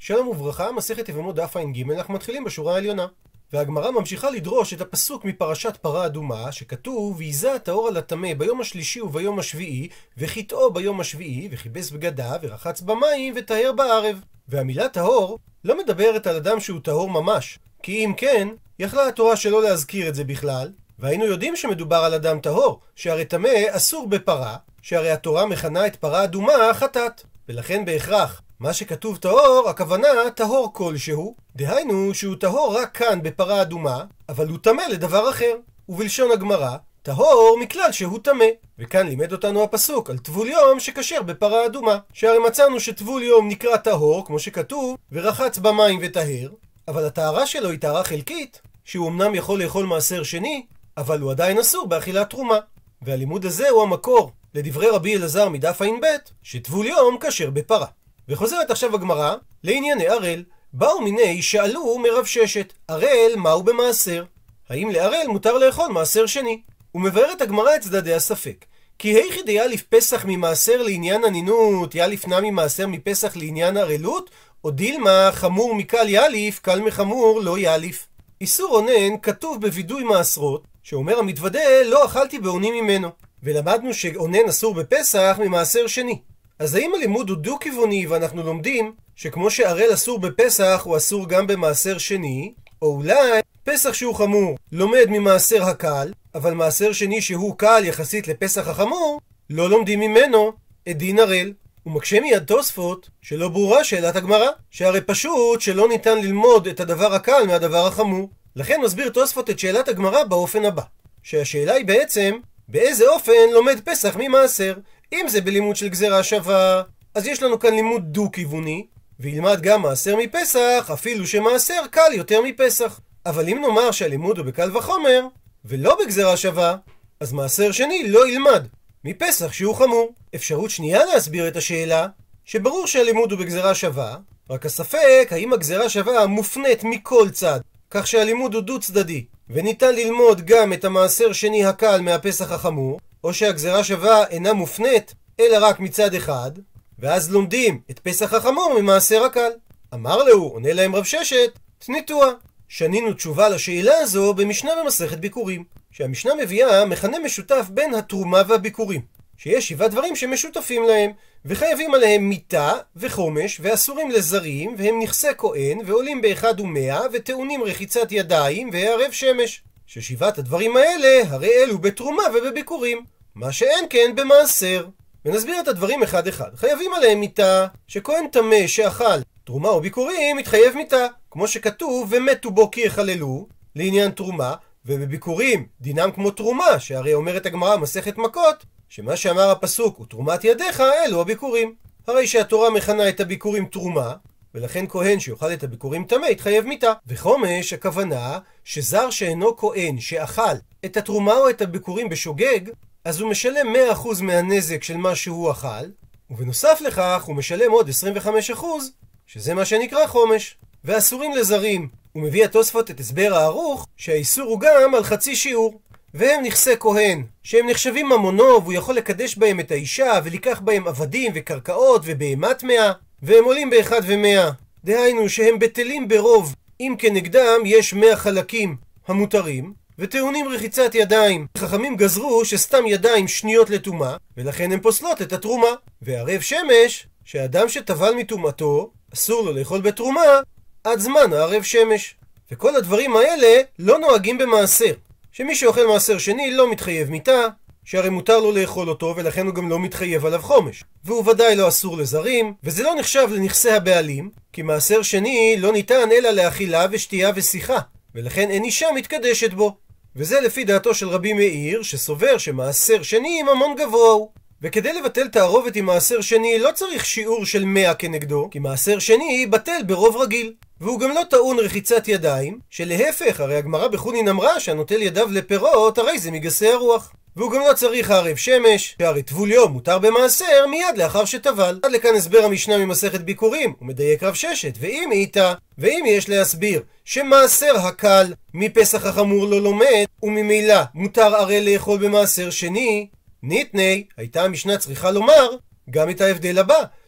שלום וברכה, מסכת יבמות דף ע"ג, אנחנו מתחילים בשורה העליונה. והגמרא ממשיכה לדרוש את הפסוק מפרשת פרה אדומה, שכתוב, ויזע הטהור על הטמא ביום השלישי וביום השביעי, וחיטאו ביום השביעי, וכיבס בגדיו, ורחץ במים, וטהר בערב. והמילה טהור לא מדברת על אדם שהוא טהור ממש, כי אם כן, יכלה התורה שלא להזכיר את זה בכלל, והיינו יודעים שמדובר על אדם טהור, שהרי טמא אסור בפרה, שהרי התורה מכנה את פרה אדומה חטאת, ולכן בהכרח מה שכתוב טהור, הכוונה טהור כלשהו, דהיינו שהוא טהור רק כאן בפרה אדומה, אבל הוא טמא לדבר אחר. ובלשון הגמרא, טהור מכלל שהוא טמא. וכאן לימד אותנו הפסוק על טבול יום שכשר בפרה אדומה, שהרי מצאנו שטבול יום נקרא טהור, כמו שכתוב, ורחץ במים וטהר, אבל הטהרה שלו היא טהרה חלקית, שהוא אמנם יכול לאכול מעשר שני, אבל הוא עדיין אסור באכילת תרומה. והלימוד הזה הוא המקור לדברי רבי אלעזר מדף ע"ב, שטבול יום כשר בפרה. וחוזרת עכשיו הגמרא לענייני ערל. באו מיני שאלו מרב ששת, ערל מהו במעשר? האם לערל מותר לאכול מעשר שני? ומבארת הגמרא את צדדי הספק. כי היכי דיאליף פסח ממעשר לעניין הנינות, יאליף נמי מעשר מפסח לעניין ערלות, או דילמה חמור מקל יאליף, קל מחמור לא יאליף. איסור אונן כתוב בווידוי מעשרות, שאומר המתוודה לא אכלתי באונים ממנו, ולמדנו שאונן אסור בפסח ממעשר שני. אז האם הלימוד הוא דו-כיווני ואנחנו לומדים שכמו שערל אסור בפסח הוא אסור גם במעשר שני, או אולי פסח שהוא חמור לומד ממעשר הקל, אבל מעשר שני שהוא קל יחסית לפסח החמור לא לומדים ממנו את דין ערל. ומקשה מיד תוספות שלא ברורה שאלת הגמרא, שהרי פשוט שלא ניתן ללמוד את הדבר הקל מהדבר החמור. לכן מסביר תוספות את שאלת הגמרא באופן הבא, שהשאלה היא בעצם באיזה אופן לומד פסח ממעשר. אם זה בלימוד של גזרה שווה, אז יש לנו כאן לימוד דו-כיווני, וילמד גם מעשר מפסח, אפילו שמעשר קל יותר מפסח. אבל אם נאמר שהלימוד הוא בקל וחומר, ולא בגזרה שווה, אז מעשר שני לא ילמד מפסח שהוא חמור. אפשרות שנייה להסביר את השאלה, שברור שהלימוד הוא בגזרה שווה, רק הספק האם הגזרה שווה מופנית מכל צד, כך שהלימוד הוא דו צדדי, וניתן ללמוד גם את המעשר שני הקל מהפסח החמור, או שהגזרה שווה אינה מופנית, אלא רק מצד אחד, ואז לומדים את פסח החמור ממעשר הקל. אמר לו, עונה להם רב ששת, תניתוה. שנינו תשובה לשאלה הזו במשנה במסכת ביקורים, שהמשנה מביאה מכנה משותף בין התרומה והביקורים, שיש 7 דברים שמשותפים להם, וחייבים עליהם מיתה וחומש, ואסורים לזרים, והם נכסי כהן, ועולים באחד ומאה, וטעונים רחיצת ידיים, וערב שמש. ששבעת הדברים האלה הרי אלו בתרומה ובביקורים, מה שאין כן במעשר. ונסביר את הדברים אחד אחד. חייבים עליהם מיתה, שכהן טמא שאכל תרומה או ביקורים מתחייב מיתה, כמו שכתוב ומתו בו כי יחללו לעניין תרומה, ובביקורים דינם כמו תרומה, שהרי אומרת הגמרא מסכת מכות שמה שאמר הפסוק ותרומת ידיך אלו הביקורים. הרי שהתורה מכנה את הביקורים תרומה, ולכן כהן שיאכל את הביקורים טמא יתחייב מיתה. וחומש הכוונה שזר שאינו כהן שאכל את התרומה או את הביקורים בשוגג, אז הוא משלם 100% מהנזק של מה שהוא אכל, ובנוסף לכך הוא משלם עוד 25%, שזה מה שנקרא חומש. ואסורים לזרים, הוא מביא התוספות את הסבר הערוך שהאיסור הוא גם על חצי שיעור, והם נכסי כהן שהם נחשבים ממונו, והוא יכול לקדש בהם את האישה ולקח בהם עבדים וקרקעות ובהמת מאה, והם עולים באחד ומאה, דהיינו שהם בטלים ברוב אם כנגדם יש 100 חלקים המותרים, וטעונים רחיצת ידיים. חכמים גזרו שסתם ידיים שניות לטומאה, ולכן הם פוסלות את התרומה. וערב שמש, שאדם שטבל מטומאתו אסור לו לאכול בתרומה עד זמן הערב שמש. וכל הדברים האלה לא נוהגים במעשר, שמי שאוכל מעשר שני לא מתחייב מיתה, שהרי מותר לו לאכול אותו ולכן הוא גם לא מתחייב עליו חומש, והוא ודאי לא אסור לזרים, וזה לא נחשב לנכסי הבעלים, כי מעשר שני לא ניתן אלא לאכילה ושתייה ושיחה, ולכן אין אישה מתקדשת בו. וזה לפי דעתו של רבי מאיר, שסובר שמעשר שני ממון גבוה הוא. וכדי לבטל תערובת עם מעשר שני לא צריך שיעור של 100 כנגדו, כי מעשר שני בטל ברוב רגיל, והוא גם לא טעון רחיצת ידיים, שלהפך, הרי הגמרא בחולין אמרה שהנוטל ידיו לפירות הרי זה מגסי הרוח. והוא גם לא צריך ערב שמש, שהרי טבול יום מותר במעשר מיד לאחר שטבל. עד לכאן הסבר המשנה ממסכת ביקורים, הוא מדייק רב ששת. ואם איתה, ואם יש להסביר שמעשר הקל מפסח החמור לא לומד, וממילא מותר ערל לאכול במעשר שני, ניתני, הייתה המשנה צריכה לומר גם את ההבדל הבא,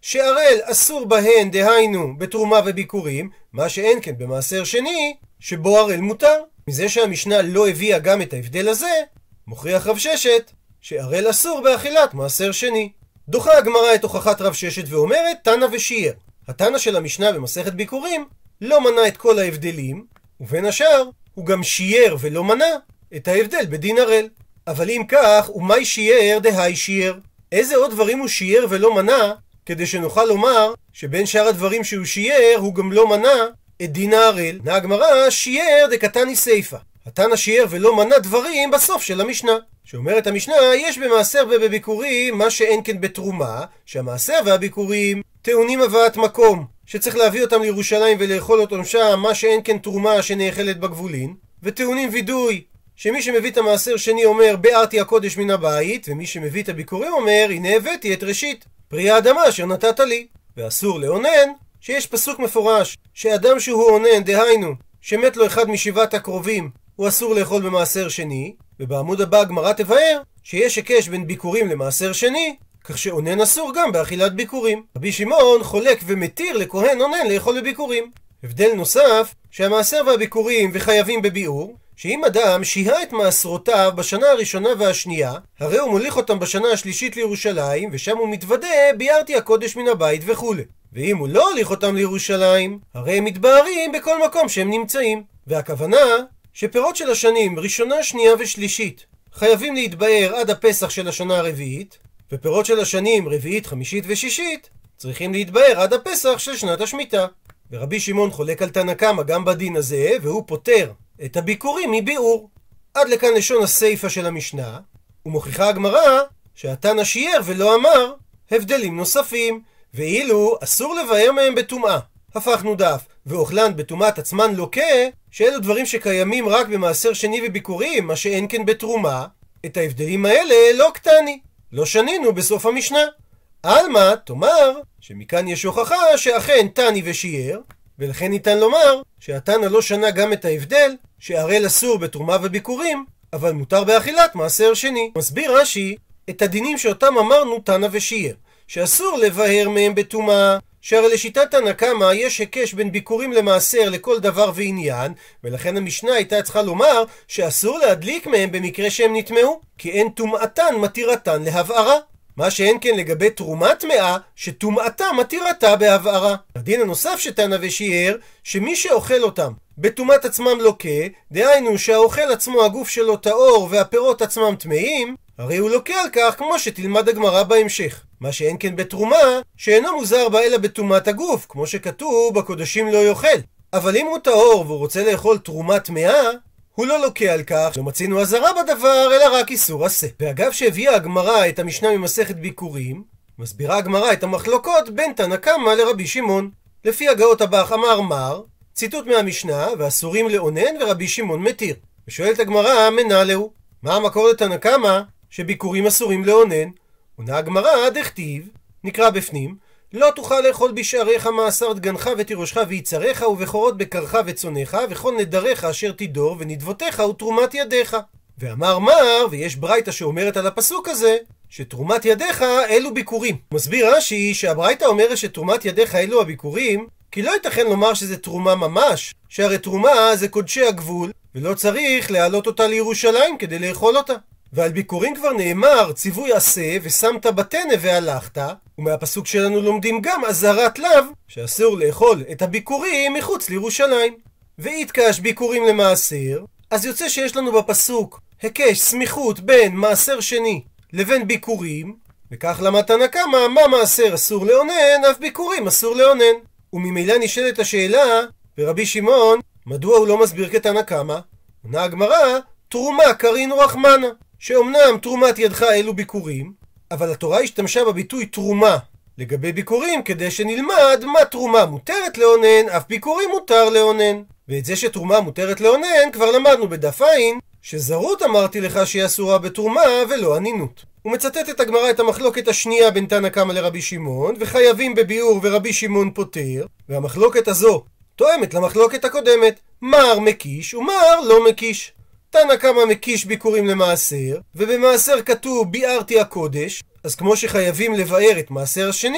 שערל אסור בהן, דהיינו בתרומה וביקורים, מה שאין כן במעשר שני, שבו ערל מותר. מזה שהמשנה לא הביאה גם את ההבדל הזה, מוכריח רב ששת שערל אסור באכילת מעשר שני. דוחה הגמרא את הוכחת רב ששת ואומרת, תנא ושיער. התנא של המשנה במסכת ביקורים לא מנה את כל ההבדלים, ובין השאר הוא גם שיער ולא מנה את ההבדל בדין ערל. אבל אם כך, ומאי שיער דהי שיער? איזה עוד דברים הוא שיער ולא מנה, כדי שנוכל לומר שבין שאר הדברים שהוא שיער הוא גם לא מנה את דין הערל? עונה הגמרא, שיער דקתני סיפא. התנא שיער ולא מנה דברים בסוף של המשנה. שאומרת המשנה, יש במעשר ובביקורים מה שאין כן בתרומה, שהמעשר והביקורים טעונים הבאת מקום, שצריך להביא אותם לירושלים ולאכול אותם שם, מה שאין כן תרומה שנאכלת בגבולין, וטעונים וידוי, שמי שמביא את המעשר שני אומר, ביארתי הקודש מן הבית, ומי שמביא את הביקורים אומר, הנה הבאתי את ראשית פרי האדמה אשר נתת לי. ואסור לאונן, שיש פסוק מפורש, שאדם שהוא אונן, דהיינו, שמת לו אחד משבעת הקרובים, הוא אסור לאכול במעשר שני, ובעמוד הבא הגמרא תבאר שיש היקש בין ביקורים למעשר שני, כך שאונן אסור גם באכילת ביקורים. רבי שמעון חולק ומתיר לכהן אונן לאכול בביקורים. הבדל נוסף, שהמעשר והביקורים וחייבים בביאור, שאם אדם שיהה את מעשרותיו בשנה הראשונה והשנייה, הרי הוא מוליך אותם בשנה השלישית לירושלים, ושם הוא מתוודה, ביארתי הקודש מן הבית וכו'. ואם הוא לא הוליך אותם לירושלים, הרי הם מתבארים בכל מקום שהם נמצאים. והכוונה שפירות של השנים ראשונה, שנייה ושלישית חייבים להתבאר עד הפסח של השנה הרביעית, ופירות של השנים רביעית, חמישית ושישית צריכים להתבאר עד הפסח של שנת השמיטה. ורבי שמעון חולק על תנא קמא גם בדין הזה, והוא פותר את הביקורים מביאור. עד לכאן לשון הסיפא של המשנה, ומוכיחה הגמרא שהתנא שיער ולא אמר הבדלים נוספים, ואילו אסור לבאר מהם בטומאה. הפכנו דף, ואוכלן בטומאת עצמן לוקה, שאלו דברים שקיימים רק במעשר שני וביקורים, מה שאין כן בתרומה. את ההבדלים האלה לא קטני, לא שנינו בסוף המשנה. אלמה תאמר שמכאן יש הוכחה שאכן תני ושיער, ולכן ניתן לומר שהתנא לא שנה גם את ההבדל שערל אסור בתרומה וביקורים, אבל מותר באכילת מעשר שני. מסביר רש"י את הדינים שאותם אמרנו תנא ושיער, שאסור לבאר מהם בטומאה, שהרי לשיטת תנא קמא יש היקש בין ביקורים למעשר לכל דבר ועניין, ולכן המשנה הייתה צריכה לומר שאסור להדליק מהם במקרה שהם נטמעו, כי אין טומאתן מתירתן להבערה. מה שאין כן לגבי תרומה טמאה, שטומאתה מתירתה בהבערה. הדין הנוסף שתנא ושיער, שמי שאוכל אותם בטומאת עצמם לוקה, דהיינו שהאוכל עצמו הגוף שלו טהור והפירות עצמם טמאים, הרי הוא לוקה על כך, כמו שתלמד הגמרא בהמשך. מה שאין כן בתרומה, שאינו מוזר בה אלא בטומאת הגוף, כמו שכתוב בקודשים לא יאכל. אבל אם הוא טהור והוא רוצה לאכול תרומה טמאה, הוא לא לוקה על כך, לא מצינו הזרה בדבר, אלא רק איסור עשה. ואגב שהביאה הגמרא את המשנה ממסכת ביקורים, מסבירה הגמרא את המחלוקות בין תנא קמא לרבי שמעון. לפי הגאות הבח אמר מר, ציטוט מהמשנה, ואסורים לאונן ורבי שמעון מתיר. ושואלת הגמרא, מנהלהו, מה המקור לתנא קמא שביקורים אסורים לאונן? עונה הגמרא, דכתיב, נקרא בפנים, לא תוכל לאכול בשעריך מעשר דגנך ותירושך ויצריך ובכורות בקרך וצונך וכל נדריך אשר תידור ונדבותיך ותרומת ידיך. ואמר מר, ויש ברייתא שאומרת על הפסוק הזה, שתרומת ידיך אלו ביקורים. מסביר רש"י שהברייתא אומרת שתרומת ידיך אלו הביקורים, כי לא ייתכן לומר שזה תרומה ממש, שהרי תרומה זה קודשי הגבול, ולא צריך להעלות אותה לירושלים כדי לאכול אותה. ועל ביקורים כבר נאמר, ציווי עשה ושמת בתנא והלכת, ומהפסוק שלנו לומדים גם אזהרת לאו, שאסור לאכול את הביקורים מחוץ לירושלים. ויתקש ביקורים למעשר, אז יוצא שיש לנו בפסוק היקש סמיכות בין מעשר שני לבין ביקורים, וכך למד תנא קמא, מה מעשר אסור לאונן, אף ביקורים אסור לאונן. וממילא נשאלת השאלה, ורבי שמעון, מדוע הוא לא מסביר כתנא קמא? עונה הגמרא, תרומה קרינו רחמנה, שאומנם תרומת ידך אלו ביקורים, אבל התורה השתמשה בביטוי תרומה לגבי ביקורים כדי שנלמד מה תרומה מותרת לאונן, אף ביקורים מותר לאונן. ואת זה שתרומה מותרת לאונן כבר למדנו בדף עין, שזרות אמרתי לך שהיא אסורה בתרומה ולא ענינות. הוא מצטט את הגמרא את המחלוקת השנייה בין תנא קמא לרבי שמעון, וחייבים בביאור ורבי שמעון פוטר, והמחלוקת הזו תואמת למחלוקת הקודמת, מר מקיש ומר לא מקיש. תנא קמא מקיש ביקורים למעשר, ובמעשר כתוב ביארתי הקודש, אז כמו שחייבים לבאר את מעשר השני,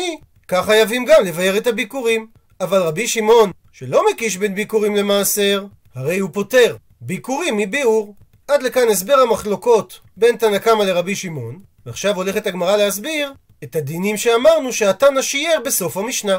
כך חייבים גם לבאר את הביקורים. אבל רבי שמעון, שלא מקיש בין ביקורים למעשר, הרי הוא פותר ביקורים מביאור. עד לכאן הסבר המחלוקות בין תנא קמא לרבי שמעון, ועכשיו הולכת הגמרא להסביר את הדינים שאמרנו שהתנא שיער בסוף המשנה.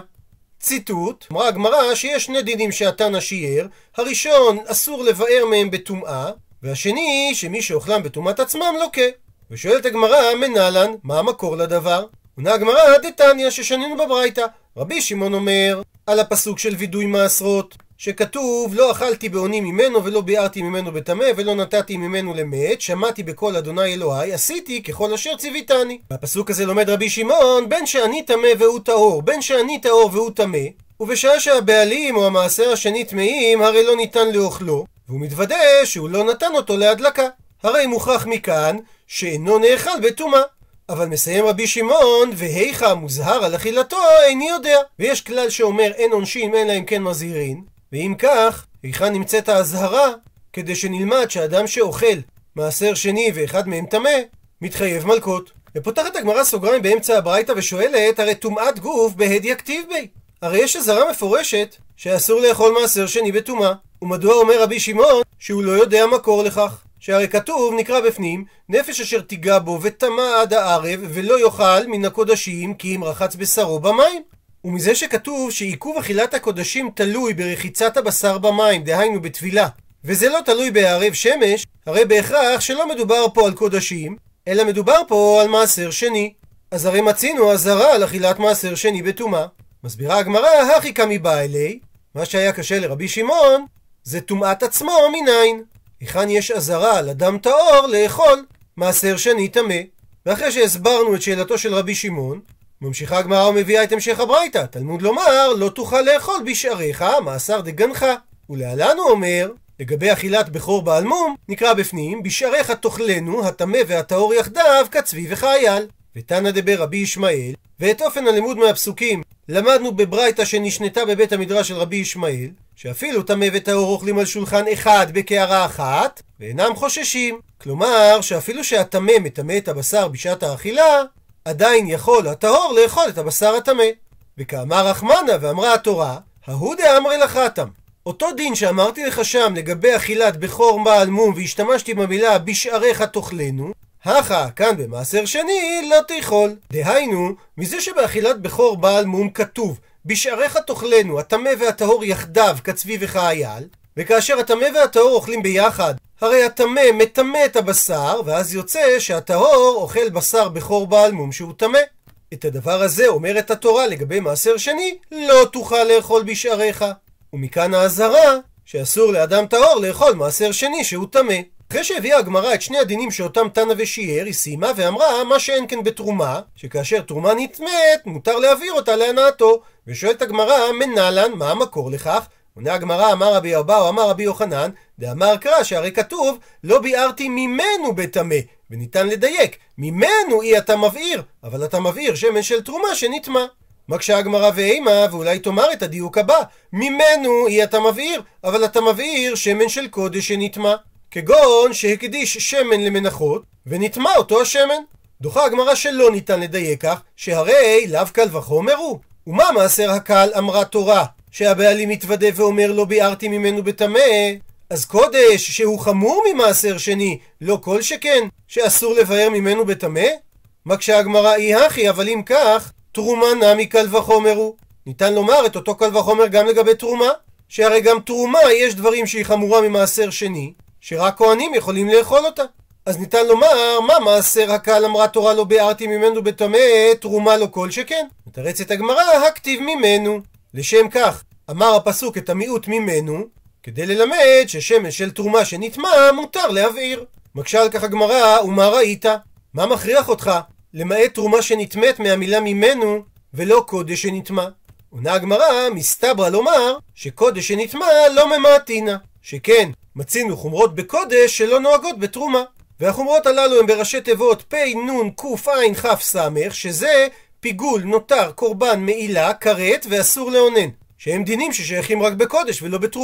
ציטוט, אמרה הגמרא שיש שני דינים שהתנא שיער, הראשון אסור לבאר מהם בטומאה, והשני שמי שאוכלם בטומאת עצמם לוקה. ושואלת הגמרא מנהלן, מה המקור לדבר? עונה הגמרא דתניא ששנינו בברייתא. רבי שמעון אומר על הפסוק של וידוי מעשרות, שכתוב לא אכלתי בעוני ממנו ולא ביארתי ממנו בטמא ולא נתתי ממנו למת, שמעתי בקול אדוני אלוהי, עשיתי ככל אשר ציוויתני. בפסוק הזה לומד רבי שמעון בין שאני טמא והוא טהור, בין שאני טהור והוא טמא, ובשעה שהבעלים או המעשר השני טמאים הרי לא ניתן לאוכלו, והוא מתוודה שהוא לא נתן אותו להדלקה, הרי מוכרח מכאן שאינו נאכל בטומאה. אבל מסיים רבי שמעון, והיכא מוזהר על אכילתו איני יודע. ויש כלל שאומר אין עונשין אלא אם כן מזהירין, ואם כך, היכן נמצאת האזהרה? כדי שנלמד שאדם שאוכל מעשר שני ואחד מהם טמא, מתחייב מלקות. ופותחת הגמרא סוגריים באמצע הברייתא ושואלת, הרי טומאת גוף בהדיא כתיב בי. הרי יש אזהרה מפורשת שאסור לאכול מעשר שני בטומאה. ומדוע אומר רבי שמעון שהוא לא יודע מקור לכך? שהרי כתוב, נקרא בפנים, נפש אשר תיגע בו וטמא עד הערב ולא יאכל מן הקודשים כי אם רחץ בשרו במים. ומזה שכתוב שעיכוב אכילת הקודשים תלוי ברחיצת הבשר במים, דהיינו בטבילה, וזה לא תלוי בערב שמש, הרי בהכרח שלא מדובר פה על קודשים, אלא מדובר פה על מעשר שני. אז הרי מצינו אזהרה על אכילת מעשר שני בטומאה. מסבירה הגמרא, הכי קמי בא אלי, מה שהיה קשה לרבי שמעון זה טומאת עצמו מניין. היכן יש אזהרה על אדם טהור לאכול מעשר שני טמא? ואחרי שהסברנו את שאלתו של רבי שמעון, ממשיכה הגמרא ומביאה את המשך הברייתא. תלמוד לומר לא תוכל לאכול בשעריך מעשר דגנך. ולהלן הוא אומר לגבי אכילת בכור בעל מום, נקרא בפנים, בשעריך תאכלנו הטמא והטהור יחדיו כצבי וכאייל. ותנא דבר רבי ישמעאל. ואת אופן הלימוד מהפסוקים למדנו בברייתא שנשנתה בבית המדרש של רבי ישמעאל, שאפילו טמא וטהור אוכלים על שולחן אחד בקערה אחת ואינם חוששים. כלומר שאפילו שהטמא מטמא את הבשר בשעת האכילה, עדיין יכול הטהור לאכול את הבשר הטמא. וכאמר רחמנה ואמרה התורה, ההוא דאמרי לחתם. אותו דין שאמרתי לך שם לגבי אכילת בכור בעל מום והשתמשתי במילה בשעריך תאכלנו, הכא כאן במעשר שני לא תאכול. דהיינו, מזה שבאכילת בכור בעל מום כתוב בשעריך תאכלנו הטמא והטהור יחדיו כצבי וכאייל, וכאשר הטמא והטהור אוכלים ביחד, הרי הטמא מטמא את הבשר, ואז יוצא שהטהור אוכל בשר בכור בעל מום שהוא טמא. את הדבר הזה אומרת התורה לגבי מעשר שני, לא תוכל לאכול בשעריך. ומכאן האזהרה שאסור לאדם טהור לאכול מעשר שני שהוא טמא. אחרי שהביאה הגמרא את שני הדינים שאותם תנא ושיער, היא סיימה ואמרה מה שאין כן בתרומה, שכאשר תרומה נטמאת מותר להעביר אותה להנאתו. ושואלת הגמרא מנהלן, מה המקור לכך? עונה הגמרא, אמר רבי אבאו אמר רבי יוחנן, דאמר קרא, שהרי כתוב לא ביארתי ממנו בטמא, וניתן לדייק, ממנו אי אתה מבעיר, אבל אתה מבעיר שמן של תרומה שנטמא. מקשה הגמרא ואימה, ואולי תאמר את הדיוק הבא, ממנו אי אתה מבעיר, אבל אתה מבעיר שמן של קודש שנטמא, כגון שהקדיש שמן למנחות ונטמא אותו השמן. דוחה הגמרא שלא ניתן לדייק כך, שהרי לאו קל וחומר הוא. ומה מעשר הקל? אמרה תורה שהבעלים מתוודה ואומר לא ביארתי ממנו בטמא, אז קודש שהוא חמור ממעשר שני לא כל שכן שאסור לבאר ממנו בטמא? מקשה הגמרא אי הכי, אבל אם כך תרומה נמי קל וחומר הוא. ניתן לומר את אותו קל וחומר גם לגבי תרומה, שהרי גם תרומה יש דברים שהיא חמורה ממעשר שני שרק כהנים יכולים לאכול אותה. אז ניתן לומר, מה מעשר הקל? אמרה תורה לא ביארתי ממנו בטמא, תרומה לא כל שכן. מתרצת הגמרא, הכתיב ממנו. לשם כך אמר הפסוק את המיעוט ממנו, כדי ללמד ששמן של תרומה שנטמא מותר להבעיר. מקשה על כך הגמרא, ומה ראית? מה מכריח אותך למעט תרומה שנטמאת מהמילה ממנו ולא קודש שנטמא? עונה הגמרא, מסתברא לומר שקודש שנטמא לא ממעטינה, שכן מצינו חומרות בקודש שלא נוהגות בתרומה, והחומרות הללו הם בראשי תיבות פי נון קוף עין כף סמך, שזה פיגול, נותר, קורבן, מעילה, כרת ואסור לאונן, שהם דינים ששייכים רק בקודש ולא בתרומה.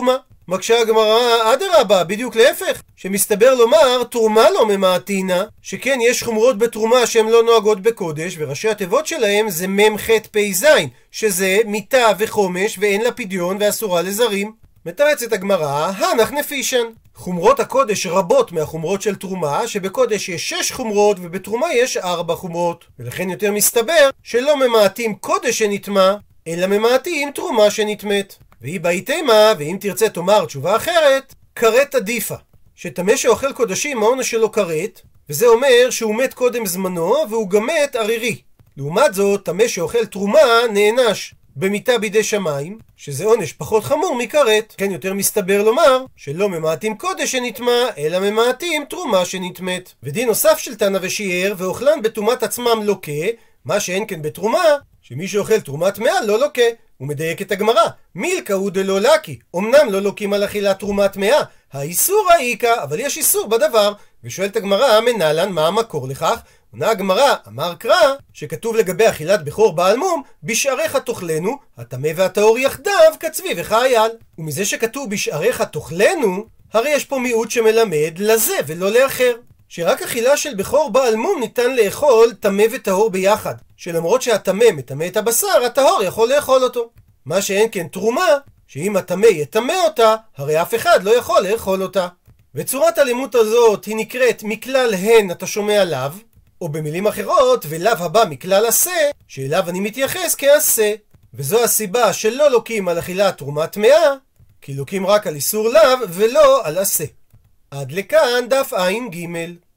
מקשה הגמרא, אדרבה, בדיוק להפך, שמסתבר לומר תרומה לא ממעטינה, שכן יש חומרות בתרומה שהן לא נוהגות בקודש, וראשי התיבות שלהם זה מ"ח פ"ז, שזה מיטה וחומש ואין לה פדיון ואסורה לזרים. מתרצת הגמרא, הנח נפישן. חומרות הקודש רבות מהחומרות של תרומה, שבקודש יש 6 חומרות ובתרומה יש 4 חומרות, ולכן יותר מסתבר שלא ממעטים קודש שנטמא, אלא ממעטים תרומה שנטמאת. והיא בהיתמה, ואם תרצה תאמר תשובה אחרת, כרת עדיפה, שטמא שאוכל קודשים העונש שלו כרת, וזה אומר שהוא מת קודם זמנו והוא גם מת ערירי. לעומת זאת, טמא שאוכל תרומה נענש במיתה בידי שמיים, שזה עונש פחות חמור מכרת. כן יותר מסתבר לומר שלא ממעטים קודש שנטמא, אלא ממעטים תרומה שנטמאת. ודין נוסף של תנא ושיער, ואוכלן בטומאת עצמם לוקה, מה שאין כן בתרומה, שמי שאוכל תרומת טמאה לא לוקה. הוא מדייק את הגמרא, מילקא הוא דלא לקי, אמנם לא לוקים על אכילת תרומת טמאה, האיסור האיכא, אבל יש איסור בדבר. ושואלת הגמרא, מנהלן, מה המקור לכך? עונה הגמרא, אמר קרא, שכתוב לגבי אכילת בכור בעל מום, בשעריך תאכלנו, הטמא והטהור יחדיו כצבי וכאייל. ומזה שכתוב בשעריך תאכלנו, הרי יש פה מיעוט שמלמד לזה ולא לאחר, שרק אכילה של בכור בעל מום ניתן לאכול טמא וטהור ביחד, שלמרות שהטמא מטמא את הבשר, הטהור יכול לאכול אותו. מה שאין כן תרומה, שאם הטמא יטמא אותה, הרי אף אחד לא יכול לאכול אותה. וצורת הלימוד הזאת היא נקראת מכלל הן אתה שומע לאו, או במילים אחרות, ולאו הבא מכלל עשה, שאליו אני מתייחס כעשה. וזו הסיבה שלא לוקים על אכילת תרומת טמאה, כי לוקים רק על איסור לאו ולא על עשה. עד לכאן דף ע"ג.